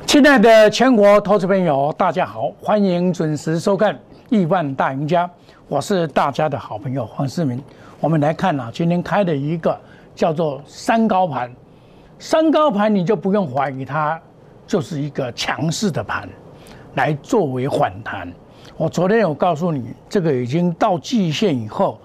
亲爱的全国投资朋友，大家好，欢迎准时收看《亿万大赢家》，我是大家的好朋友黄世明。我们来看今天开的一个叫做三高盘，三高盘你就不用怀疑它就是一个强势的盘，来作为反弹。我昨天有告诉你，这个已经到季线以后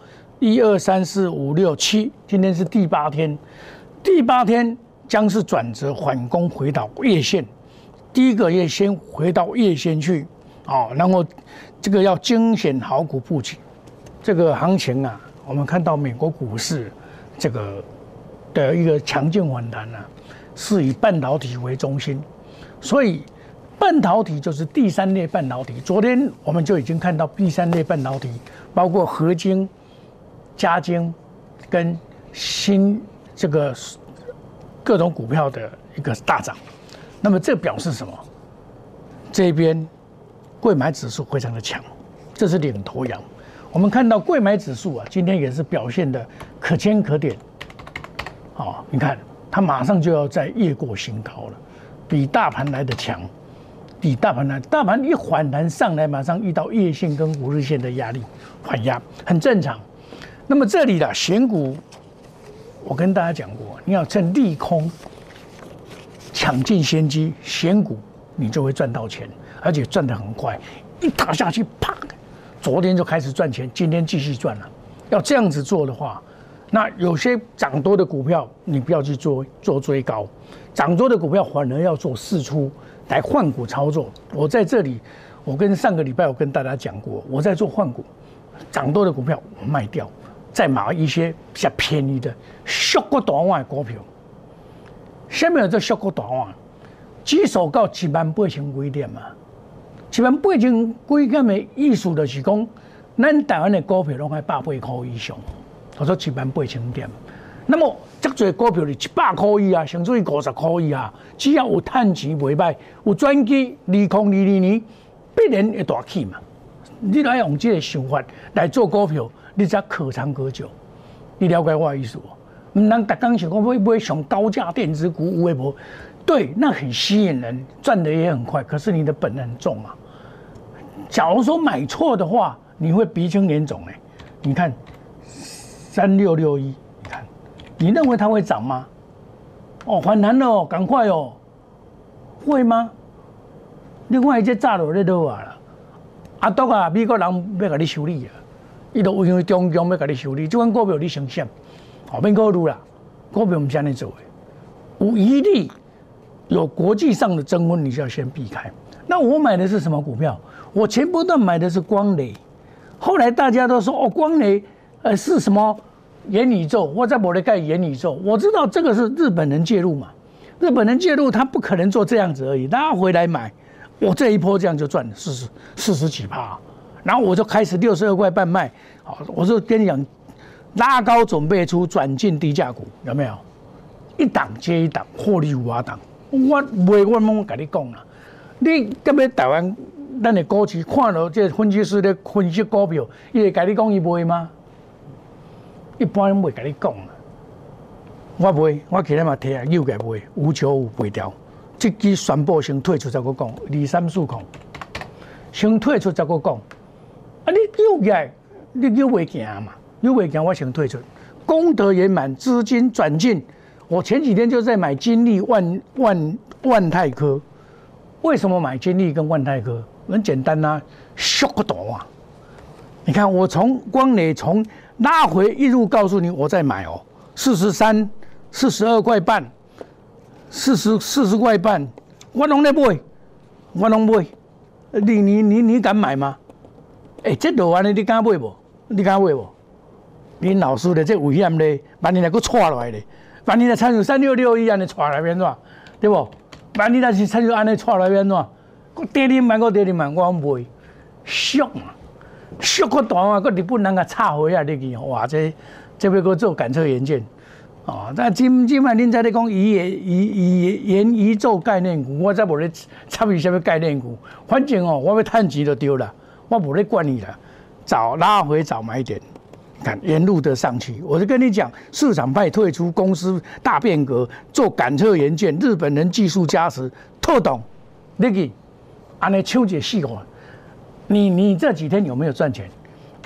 ，1、2、3、4、5、6、7，今天是第8天，第8天将是转折反攻回到月线。第一个月先回到月线去，然后这个要精选好股布局。这个行情我们看到美国股市这个的一个强劲反弹是以半导体为中心，所以半导体就是第三类半导体。昨天我们就已经看到第三类半导体，包括合晶、嘉晶跟新这个各种股票的一个大涨。那么这表示什么？这边柜买指数非常的强，这是领头羊。我们看到柜买指数今天也是表现的可圈可点。你看它马上就要再越过新高了，比大盘来的强，比大盘来，大盘一反弹上来，马上遇到月线跟5日线的压力反压，很正常。那么这里的选股，我跟大家讲过，你要趁利空。抢进先机，选股你就会赚到钱，而且赚得很快，一打下去，啪！昨天就开始赚钱，今天继续赚了。要这样子做的话，那有些涨多的股票你不要去做追高，涨多的股票反而要做释出来换股操作。我在这里，我跟上个礼拜我跟大家讲过，我在做换股，涨多的股票我卖掉，再买一些比较便宜的、缩过短网的股票。什么叫做缩股大碗？指数到18000几点嘛？18000几点的意思就是讲，咱台湾的股票拢在180块以上，我说18000点。那么这多股票是100块以下，甚至于50块以下，只要有趁钱袂歹，有转机，2022年必然会大起嘛。你来用这个想法来做股票，你才可长可久。你了解我的意思无？唔能每天想讲买上高价电子股，有诶无？对，那很吸引人，赚得也很快。可是你的本很重啊。假如说买错的话，你会鼻青脸肿哎。你看3661，你看，你认为它会涨吗？反弹了赶快会吗？另外一只炸落咧都话啦，毒美国人要甲你修理伊就因为中共要甲你修理，这款股票你想想。免考虑啦，股票不是这样做的，有疑虑、有国际上的争锋，你就要先避开。那我买的是什么股票？我前波段买的是光磊，后来大家都说光磊是什么元宇宙，我在我的盖元宇宙，我知道这个是日本人介入嘛，日本人介入他不可能做这样子而已，大家回来买，我这一波这样就赚了40几%，然后我就开始62块半卖，我就跟你讲。拉高准备出转进低价股，有没有？一档接一档，获利无档。我跟你讲啦，你今日台湾咱的股市看到这分析师咧分析股票，伊会跟你讲伊卖吗？一般人袂跟你讲啦。我卖，我今日嘛摕又个卖，有求有卖掉。即支宣布先退出再个讲，2340，先退出再个讲。你又个，你又袂行嘛？又未讲我先退出，功德圆满，资金转进。我前几天就在买金利、万泰科。为什么买金利跟万泰科？很简单缩个短啊！你看我从光磊从拉回一路告诉你我在买43、42块半，40块半，我拢在买，我拢买。你敢买吗？这落安尼你敢买无？你敢买无？恁老师的这危险咧，万一若佫错落来咧，万一若参与3661安尼错来变怎？对不？万一若是参与安尼错来变怎？佫跌你万，我卖，俗个大佫日本人甲插回入去，哇！这要佫做感测元件那今晚恁在咧讲元宇宙概念股，我才无咧参与什么概念股。反正我要趁钱就对了，我无咧管你啦，早拉回早买点。看沿路的上去，我就跟你讲，市场派退出，公司大变革，做感测元件，日本人技术加持，透懂， 你去，安尼抢一个4块，你这几天有没有赚钱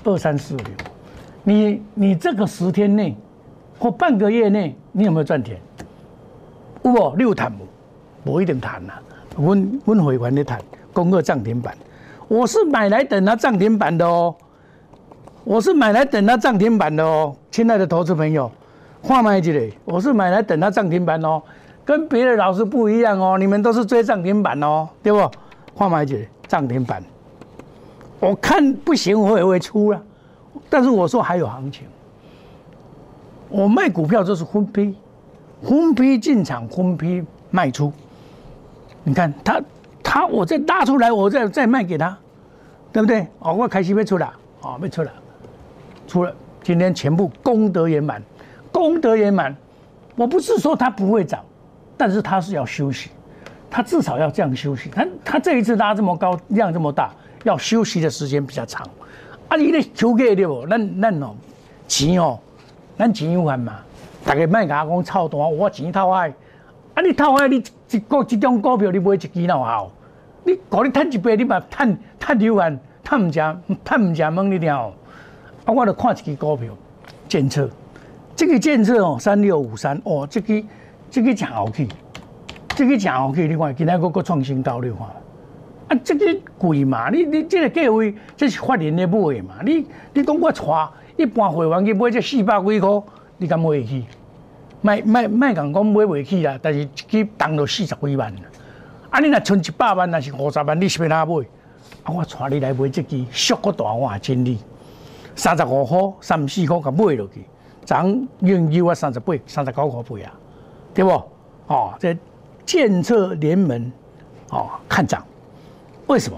？2、3、4、5，你这个10天内或半个月内，你有没有赚钱？有无？你有赚无？无一定赚啦。阮会员咧赚，攻克涨停板。我是买来等它涨停板的哦，我是买来等它涨停板的哦，亲爱的投资朋友，看卖一下，我是买来等它涨停板哦，跟别的老师不一样哦，你们都是追涨停板哦，对不？看卖一下涨停板，我看不行，我也会出了，但是我说还有行情，我卖股票就是分批进场，分批卖出，你看我再拉出来，我再卖给他，对不对？哦，我开始要出了，哦，要出了，出了，今天全部功德圆满，功德圆满。我不是说它不会涨，但是它是要休息，它至少要这样休息。它这一次拉这么高，量这么大，要休息的时间比较长。啊，你咧求价对不？咱哦钱哦，咱钱有限嘛，大家卖甲我讲操蛋，我钱套海。啊，你套海，你一种股票你买一支哪有效？你搞你赚100，你嘛赚有限，赚唔食懵，你听哦。啊，我就看一支股票，建策，这个建策哦，3653哦，这个真好去，这个真好去，你看今仔个创新高，你看。啊，这个贵嘛，你这个价位，这是法人咧买的嘛，你讲我带一般会员去买这400几块，你敢买得起？卖讲买袂起啦，但是一支当到40几万。啊，你若存100万，若是50万，你是要哪买？啊，我带你来买这支，俗个大我也真理，35块、34块，甲买落去，昨用油啊38、39块买啊，对不？哦，这建策联盟哦看涨，为什么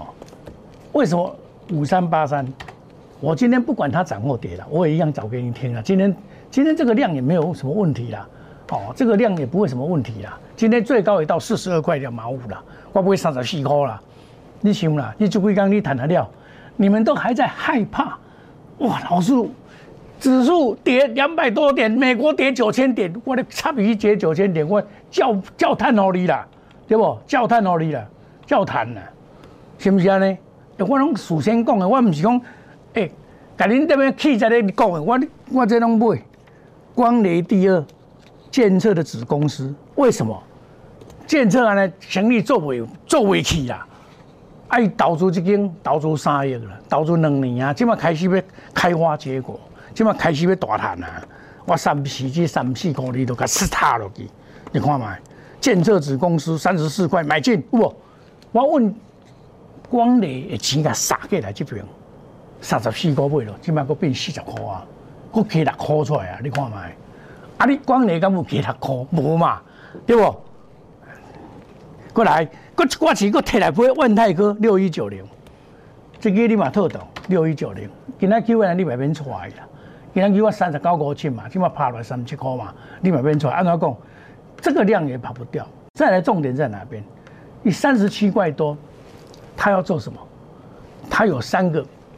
？5383，我今天不管它涨或跌了，我也一样找给你听了。今天这个量也没有什么问题啦，哦，这个量也不会什么问题啦。今天最高也到42块2毛5啦，我买34块啦。你想啦，你这几天你谈得了，你们都还在害怕，哇，老师，指数跌200多点，美国跌9000点，我的差比跌9000点，我叫叹给你啦，对不？叫叹给你啦，叫叹啦，是不是安尼？我拢事先讲的，我不是讲，甲恁这边气在咧讲的，我这拢买。光雷第2，建策的子公司，为什么？建策安尼生意做不起啦，伊投资这间投资3亿啦，投资2年啊，即马开始要开花结果，即马开始要大赚啊！我34块你都甲死塌落去，你看卖，建策子公司34块买进，有无？我问光雷的钱甲撒过来这边，34块买咯，即马佫变40块啊！佫加6块出来啊！你看卖，啊你光你敢有加6块？无嘛，对不？过来，佫一挂钱佫摕来买万泰科6190，这个你嘛套到6190，今仔9万你嘛免出来啦。今仔9万39块7嘛，起码爬来37块嘛，你嘛免出来。按怎讲，这个量也跑不掉。再来重点在哪边？你37块多，他要做什么？他有3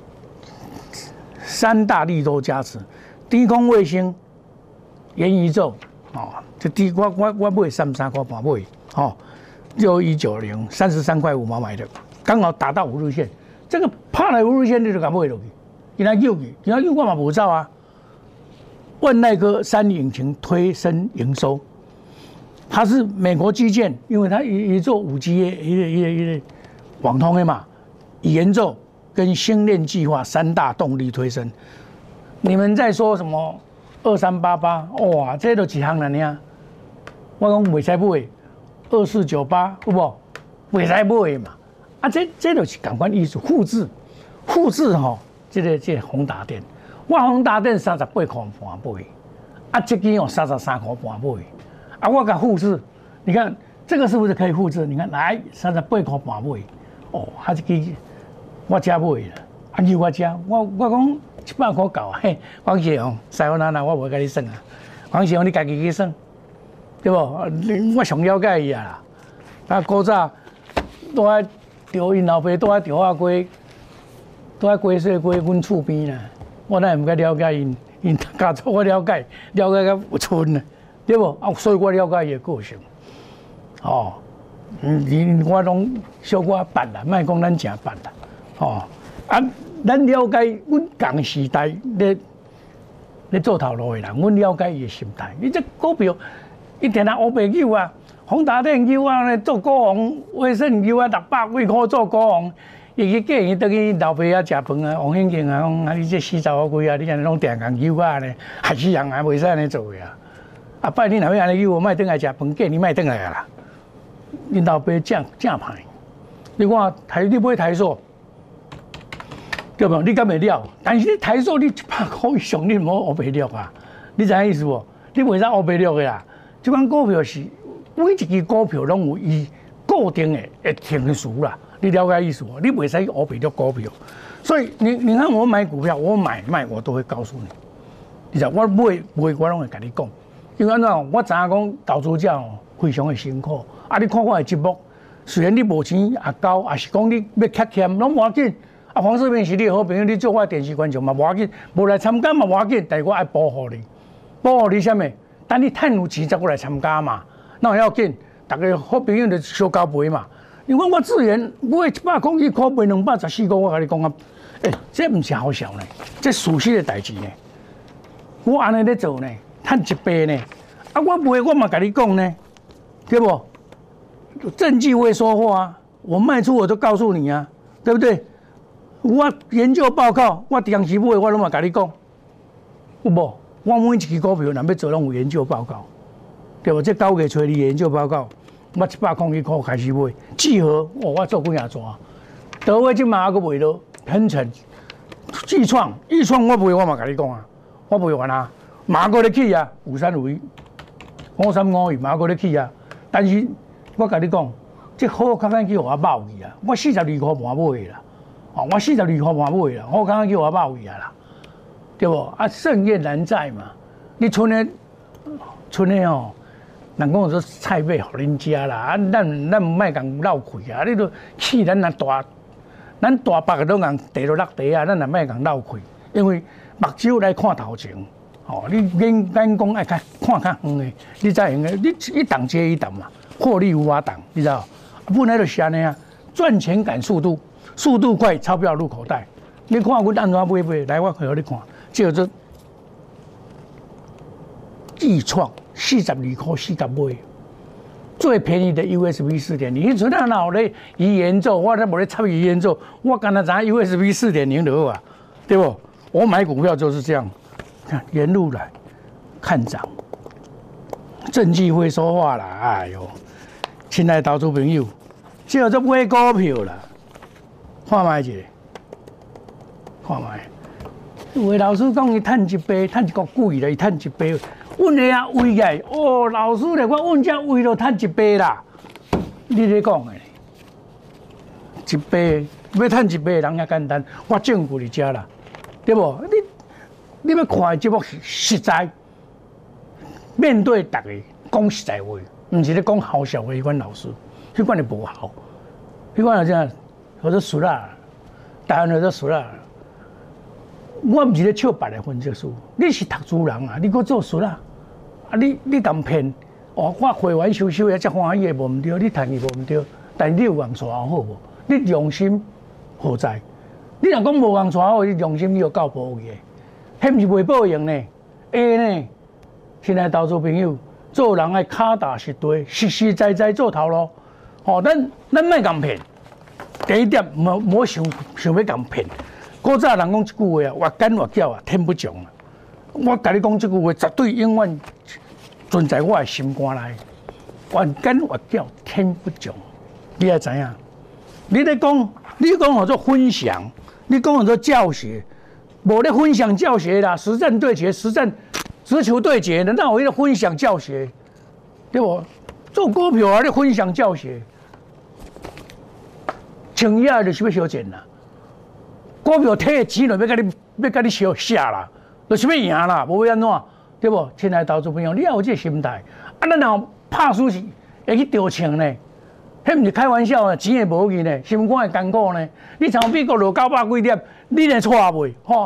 大利多加持。低空卫星、元宇宙，哦，这我买33块半买，哦，6190 33块5毛买的，刚好打到5日线，这个拍来5日线你就敢买落去，今仔又我嘛无走啊。万奈科3引擎推升营收，它是美国基建，因为它也做5G 一网通的嘛，研奏跟星链计划3大动力推升。你们在说什么2388？哇，这都几行人呀！我讲袂使买，2498有无？袂使买嘛！啊，这就是感官艺术复制吼，这个宏达电，我宏达电38块半买，啊，这支哦33块半买，啊，我甲复制，你看这个是不是可以复制？你看来38块半买，哦，啊，这支我家买了，啊，就我家，我讲。700块够啊！嘿，黄世雄，师傅哪我无甲你算啊。黄世雄，你家己去算，对不？我上了解伊啊啦。啊，古早都爱钓因老爸，都爱钓啊龟，都爱龟水龟阮厝边啦。我哪会唔甲了解因家族我了解到有寸啊，对不？啊，所以我了解伊个个性。哦， 我拢小可捌啦，莫讲咱真捌啦，哦，啊，咱了解阮共时代咧做头路的人，阮了解伊的心态。你这股票一定啊，乌白牛啊，宏达电牛啊，咧做股王，威盛牛啊，600几块做股王，伊去叫伊倒去老爸啊食饭啊，王显庆啊，讲啊你这死查某鬼啊，你安尼拢定共牛啊呢，害死人啊，袂使安尼做的啊。啊，拜你若要安尼牛，我莫倒来食饭，叫你莫倒来啊啦。恁老爸正歹，你看你买台塑，对无？你敢会了？但是你台塑你100块以上，你唔好乌白了啊！你知影意思无？你袂使乌白了的啦。即款股票是每一支股票拢有伊固定的停数啦，你了解意思无？你袂使乌白了股票。所以你看我买股票，我买卖我都会告诉你。你知道我买我拢会甲你讲，因为安怎？我知影讲投资者非常的辛苦。啊！你看我的节目，虽然你无钱也交，也是讲你要缺欠，拢无要紧。啊，黄世明是你的好朋友，你做我电视观众嘛无要紧，无来参加嘛无要紧，但是我爱保护你，保护你啥物？等你趁有钱才过来参加嘛，那要紧。大家好朋友就小交陪嘛。因为我自然买100块一块卖214块，我甲你讲啊，这毋是好笑呢，这属实的代志呢。我安尼咧做呢，趁1倍呢。啊，我卖我嘛甲你讲呢，对不？证据会说话啊！我卖出我都告诉你啊，对不对？我研究报告，我当时买我拢嘛甲你讲，有无？我每一支股票若要做，拢有研究报告，对无？这9月初的研究报告，我100块1块开始买，聚合我做几啊抓，德威即马还佫卖落，很沉。豫创我卖我嘛甲你讲啊，我卖完啊，马佫咧起啊，5351，5351马佫咧起啊，但是。我甲你讲，这好康康去互我冒去啊！我42块半买啦，哦，我42块半买啦，好康康去互我冒去啊啦，对不？啊，盛宴难在嘛，你剩的哦，人讲说菜买互恁食啦，啊，咱莫共闹气啊！你都气咱大白都共地落落地啊，咱也莫共闹气，因为目睭来看头前。哦，你眼光爱看较远的，你才用的，你一档接一档嘛。获利无法挡，你知道？本来就是安尼啊，赚钱赶速度，速度快，钞票入口袋。你看我安怎买？来，我给你看，叫做豫创42块4角买，最便宜的 USB 4.0。你存在哪咧？语言做，我都无咧插语言做，我干那知 USB 4.0就好啊，对不？我买股票就是这样，看沿路来看涨。证据会说话啦，哎呦，亲爱的投资朋友，叫做买股票啦，看卖一下，看卖。有的老师讲伊趁1倍，趁一个贵啦，伊趁1倍，稳的啊位个，哦，老师咧，我稳这位就趁1倍啦，你咧讲的，1倍要趁1倍人也简单，我证据伫遮啦，对不？你要看的节目实在。面对大家讲实在话，唔是咧讲好笑的迄款老师，迄款就无效，迄款就怎样，或者输啦，台湾叫做输啦。我唔是咧笑别个分析师，你是读书人啊，你搁做输啦，啊你咁骗，哦，我会员收也才欢喜的无唔对，你赚伊无唔对，但是你有人带好无？你良心何在？你若讲无人带好，你良心你就够保护的，迄唔是袂保用呢，会呢。亲爱投资朋友，做人爱脚踏实地，实实在在做头路。哦，咱莫共骗。第一点，莫想要共骗。古早人讲一句话啊，活干活叫啊，天不从啊。我甲你讲这句话，绝对永远存在我的心肝内。活干活叫，天不从。你要知影？你讲好做分享，你讲好做教学，无咧分享教学啦，实战对决，直球对决，难道我要分享教学？对不？做股票啊，你分享教学，成业就是要烧钱啦。股票摕的钱就要甲你烧下啦，就是要赢啦，无要安怎？对不？亲爱的投资朋友，你要有这个心态。啊，咱若拍输是会去丢钱呢？迄毋是开玩笑啊，钱会无去呢，心肝会艰苦呢。你从美国落900几点，你连错袂？吼，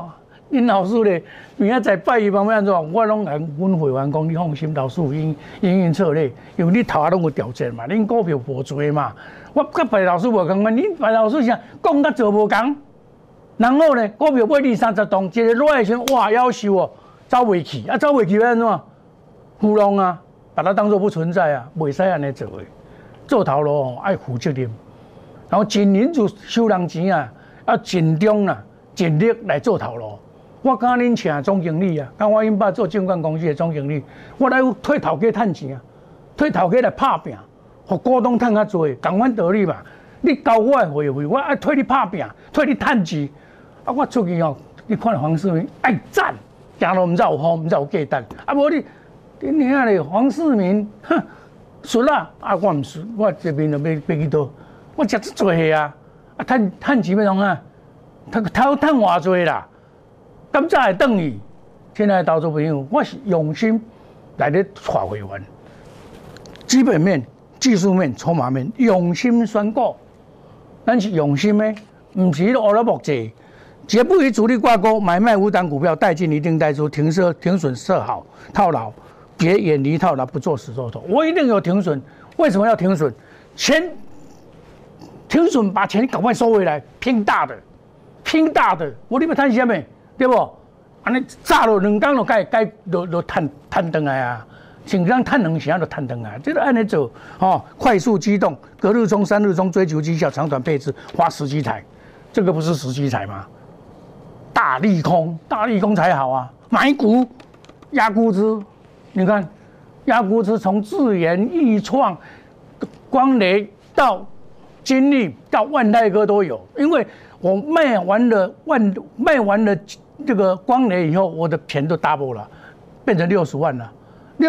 因老师咧，明仔载拜伊方面安怎？我拢跟阮会员讲，你放心，老师有营运策略，因为你头下拢有调整嘛，恁股票无做嘛。我甲别老师无共款，恁别老师啥讲甲做无共。然后呢，股票买20-30档，一个落来时哇，夭寿哦，走袂去，啊，走袂去要安怎？糊弄啊，把它当作不存在啊，袂使安尼做的。做头路哦，爱负责任，然后尽人事收人钱啊，要尽忠啊，尽力来做头路。我刚恁请总经理啊，刚我因爸做证券公司的总经理，我来替头家趁钱啊，替头家来拍拼，互股东趁较多，同款道理嘛。你交我的会费，我爱替你拍拼，替你趁钱。啊，我出去哦，你看黄世明爱赞，行路唔知有风，唔知有价值。啊，无你遐咧黄世明，哼，输啦！啊，我唔输，我这边就要去倒，我食这多啊！啊，趁钱要创啊？趁偌多啦？咁才会等于，亲爱的投资朋友，我是用心来咧带会员，基本面、技术面、筹码面，用心选股，咱是用心的，唔是乌了木济。绝不与主力挂钩，买卖无档股票，带进一定带出，停损设好，套牢，别远离套牢，不做死多头。我一定有停损，为什么要停损？钱停损，把钱赶快收回来，拼大的，拼大的。我你要赚什么？对不？安尼炸了2天就该就赚回来啊！像这样赚2成就赚回来，这个按你走哦，快速机动，隔日冲、3日冲，追求绩效，长短配置，花时机财，这个不是时机财吗？大利空才好啊！买股压估值，你看压估值从智原、易创、光磊到金立到万泰科都有，因为我卖完了这个光磊以后，我的钱都 double 了，变成60万了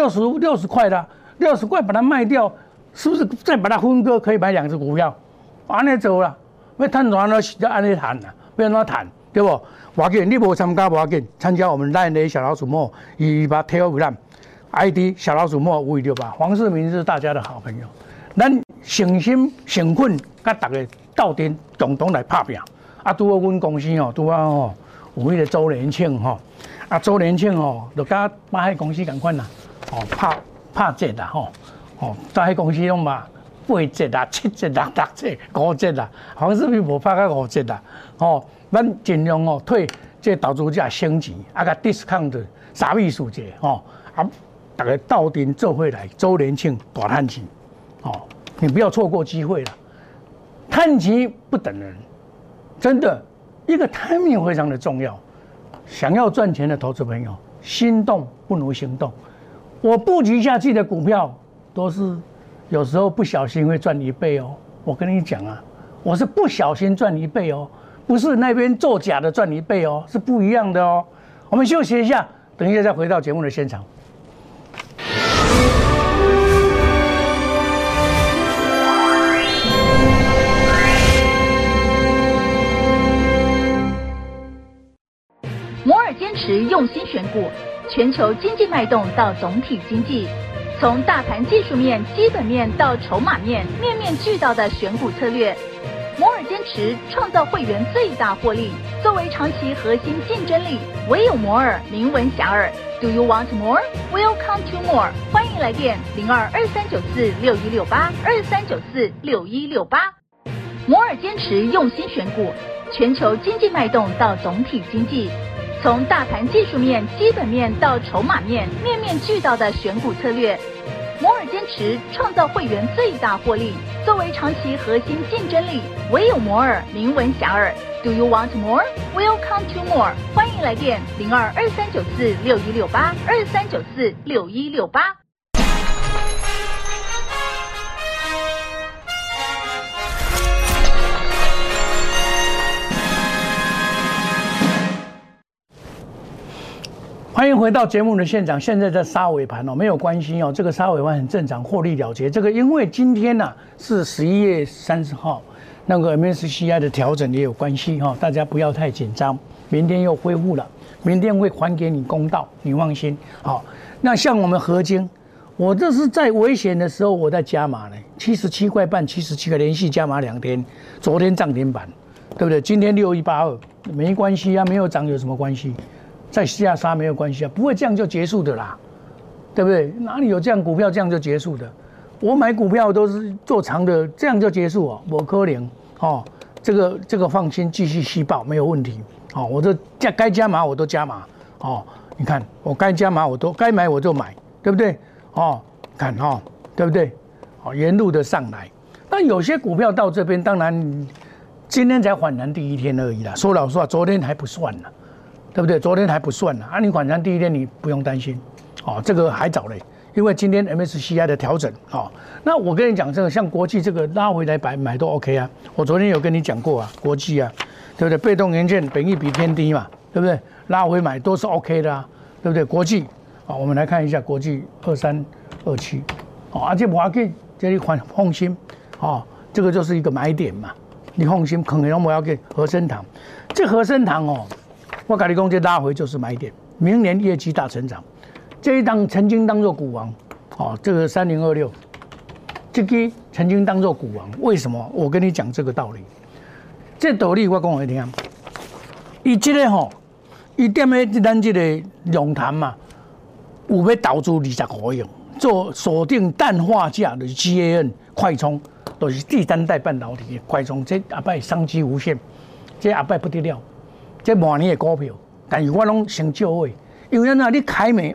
，60块了，60块把它卖掉，是不是再把它分割可以买2只股票？安尼走了，要赚完了就安尼谈了，不要怎谈，对不？要紧，你无参加无要紧，参加我们LINE的小老鼠莫118 Telegram ID 小老鼠莫5268，黄世明是大家的好朋友。咱诚心诚恳，甲大家斗阵共同来拍拼。啊，拄好阮公司哦，拄好哦有迄个周年庆吼，啊周年庆哦，就甲马海公司共款啦，哦拍折啦吼，哦在迄公司拢嘛8折啦、7折啦、6折、5折啦，黄世明无拍到5折啦，哦。咱尽量哦退这投资者升级，啊个 discount 啥意思者哦，啊大家斗阵做伙来周年庆大赚钱，哦，你不要错过机会了。赚钱不等人，真的，一个 timing 非常的重要。想要赚钱的投资朋友，心动不如行动。我布局下去的股票，都是有时候不小心会赚1倍哦。我跟你讲啊，我是不小心赚1倍哦。不是那边作假的赚1倍哦，是不一样的哦。我们休息一下，等一下再回到节目的现场。 摩尔坚持用心选股，全球经济脉动到总体经济，从大盘技术面、基本面到筹码面，面面俱到的选股策略。摩尔坚持创造会员最大获利，作为长期核心竞争力，唯有摩尔名闻遐迩。Do you want more? Welcome to more。欢迎来电02-2394-6168，2394-6168。摩尔坚持用心选股，全球经济脉动到总体经济，从大盘技术面、基本面到筹码面，面面俱到的选股策略。摩尔坚持创造会员最大获利，作为长期核心竞争力，唯有摩尔名闻遐迩。Do you want more? Welcome to more。欢迎来电02-2394-6168，2394-6168。 欢迎回到节目的现场。现在在杀尾盘哦，没有关系哦，这个杀尾盘很正常，获利了结。这个因为今天呢、是11月30号，那个 MSCI 的调整也有关系哈、大家不要太紧张。明天又恢复了，明天会还给你公道，你放心。好，那像我们合金，我这是在危险的时候我在加码呢，77块半，77个连续加码2天，昨天涨停板， 对不对？今天6182没关系啊，没有涨有什么关系？再下杀没有关系啊，不会这样就结束的啦，对不对？哪里有这样股票这样就结束的？我买股票都是做长的，这样就结束哦，我可能哦，这个放心，继续续报没有问题。哦，我这该加码我都加码。哦，你看我该加码我都该买我就买，对不对？哦，看哦，对不对？哦，沿路的上来。那有些股票到这边，当然今天才反弹第一天而已啦。说老实话，昨天还不算呢，对不对？昨天还不算呢。啊，你反弹第一天你不用担心。哦，这个还早嘞。因为今天 MSCI 的调整，哦，那我跟你讲，这个像国际这个拉回来买都 OK 啊。我昨天有跟你讲过啊，国际啊，对不对？被动元件本益比偏低嘛，对不对？拉回买都是 OK 的啊，对不对？国际，啊，我们来看一下国际2327，哦，而且不要紧，这里放心，哦，这个就是一个买点嘛，你放心，可能我要给和生堂，这和生堂哦，我跟你讲，这拉回就是买点，明年业绩大成长。这一档曾经当作股王，哦，这个3026，这个曾经当作股王，为什么？我跟你讲这个道理，这道理我讲给你听。伊这个吼，伊踮咧咱这个龙潭嘛，有要投资20块用，做锁定氮化镓的 GaN 快充，都是第三代半导体的快充，这后摆商机无限，这后摆不得了，这明年的股票，但是我拢先少位。因为那你凯美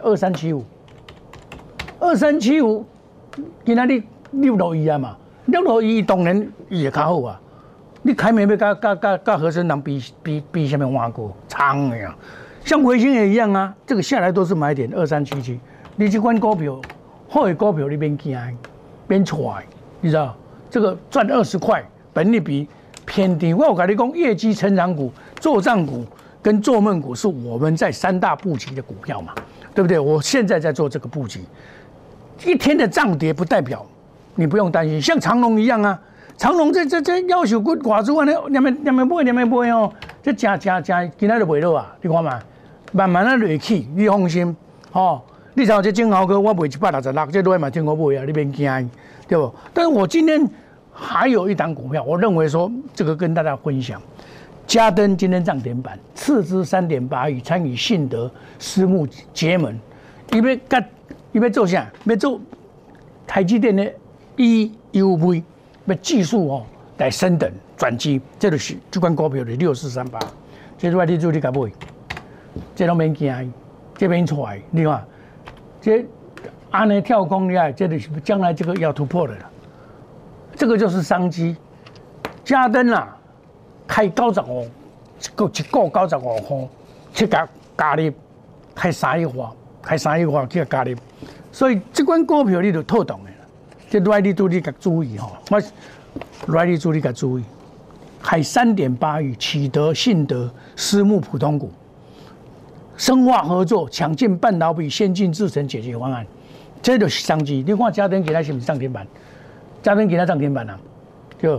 2375，今仔日661啊嘛，661当然也较好啊。你凯美要甲和生堂比什么挖过长的呀？像微星也一样啊，这个下来都是买点2377。你这款股票，好的股票你免惊，免错，你知道？这个赚20块，本利比偏低。我有跟你讲，业绩成长股、作战股。跟做梦股是我们在3大布局的股票嘛，对不对？我现在在做这个布局，一天的涨跌不代表你不用担心，像长荣一样啊，长荣这要求股寡住啊，两面买哦，这加，今仔就袂落啊，你看嘛，慢慢啊落去，你放心哦。你像这金豪科，我卖166，这落嘛听我买啊，你别惊，对不？但是我今天还有一档股票，我认为说这个跟大家分享。嘉登今天涨停板，斥资3.8亿参与信德私募结盟，伊要做啥？要做台积电的 EUV， 要技术哦来升等转机，这就是这款股票的6438，这是你注意甲买，这拢免惊，这免出来，你看，这安尼跳空厉害，这就是将来这个要突破的了，这个就是商机，嘉登啊。开95，一个95块，去加入，开3亿块去加入，所以这款股票你就套动的啦。这来你注意甲注意吼，我来你注意甲注意，海3.8亿启德、信德私募普通股，深化合作，抢进半导体先进制程解决方案，这就是商机。你看嘉登今天是不是涨停板？嘉登今天涨停板啊，就。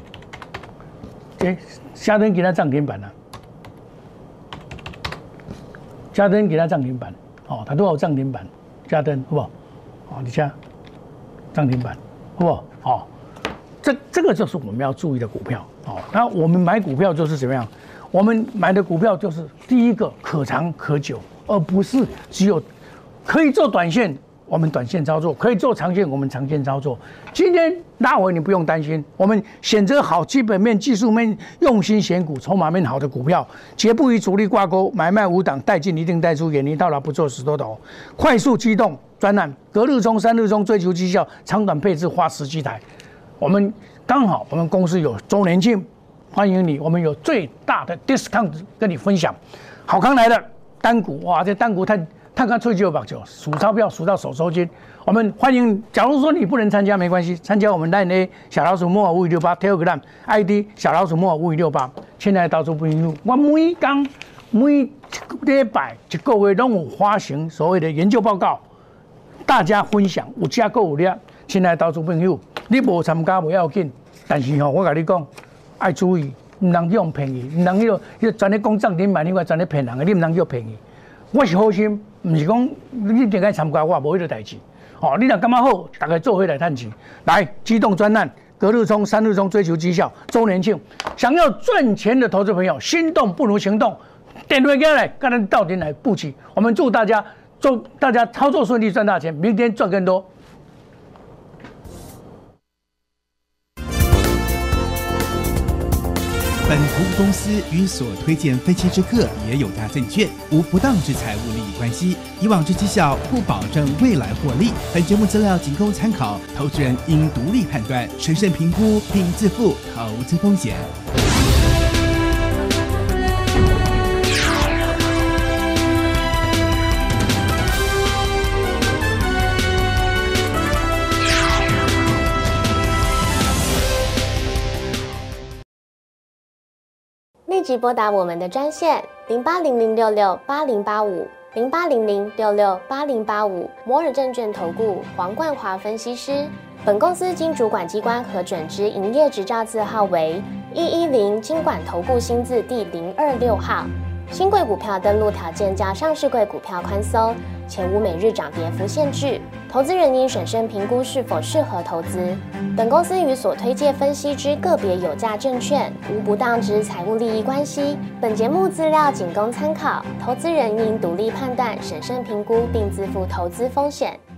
嘉登给它涨停板了，嘉登给它涨停板，哦，它都有涨停板，嘉登好不好？哦，你看涨停板，好不好？哦，这个就是我们要注意的股票，哦，那我们买股票就是怎么样？我们买的股票就是第一个可长可久，而不是只有可以做短线。我们短线操作可以做长线，我们长线操作。今天拉回你不用担心，我们选择好基本面、技术面，用心选股，筹码面好的股票，绝不与主力挂钩，买卖无档，带进一定带出，远离到老不做死多头，快速机动专案，隔日冲、3日冲，追求绩效，长短配置花10几台。我们刚好我们公司有周年庆，欢迎你，我们有最大的 discount 跟你分享。好康来了，单股哇，这单股探看吹9把9，数钞票数到手抽筋。我们欢迎，假如说你不能参加没关系，参加我们 LINE 小老鼠摩尔5268 Telegram ID 小老鼠摩尔5268。亲爱的投资朋友，我每礼拜一个月拢有发行所谓的研究报告，大家分享有价购有量。亲爱的投资朋友，你无参加不要紧，但是我跟你讲，要注意，唔能用便宜，唔能用专咧讲涨停板，你话专咧骗人的，你唔能用便宜。我是好心。不是讲你一定该参加我，无迄个代志。哦，你若感觉好，大家做伙来趁钱。来，机动专案， 隔日冲、3日冲，追求绩效。周年庆，想要赚钱的投资朋友，心动不如行动，点回过来，看看到底来布局。我们祝大家操作顺利，赚大钱，明天赚更多。 本投资公司与所推荐分期之客也有大证券无不当之财务利益关系，以往之绩效不保证未来获利。本节目资料仅供参考，投资人应独立判断、审慎评估并自负投资风险。 立即拨打我们的专线08006680850800668085摩尔证券投顾黄冠华分析师。本公司经主管机关核准之营业执照字号为110金管投顾新字第026号。新贵股票登录条件较上市贵股票宽松，且无每日涨跌幅限制。投资人应审慎评估是否适合投资。本公司与所推介分析之个别有价证券无不当之财务利益关系。本节目资料仅供参考，投资人应独立判断、审慎评估并自负投资风险。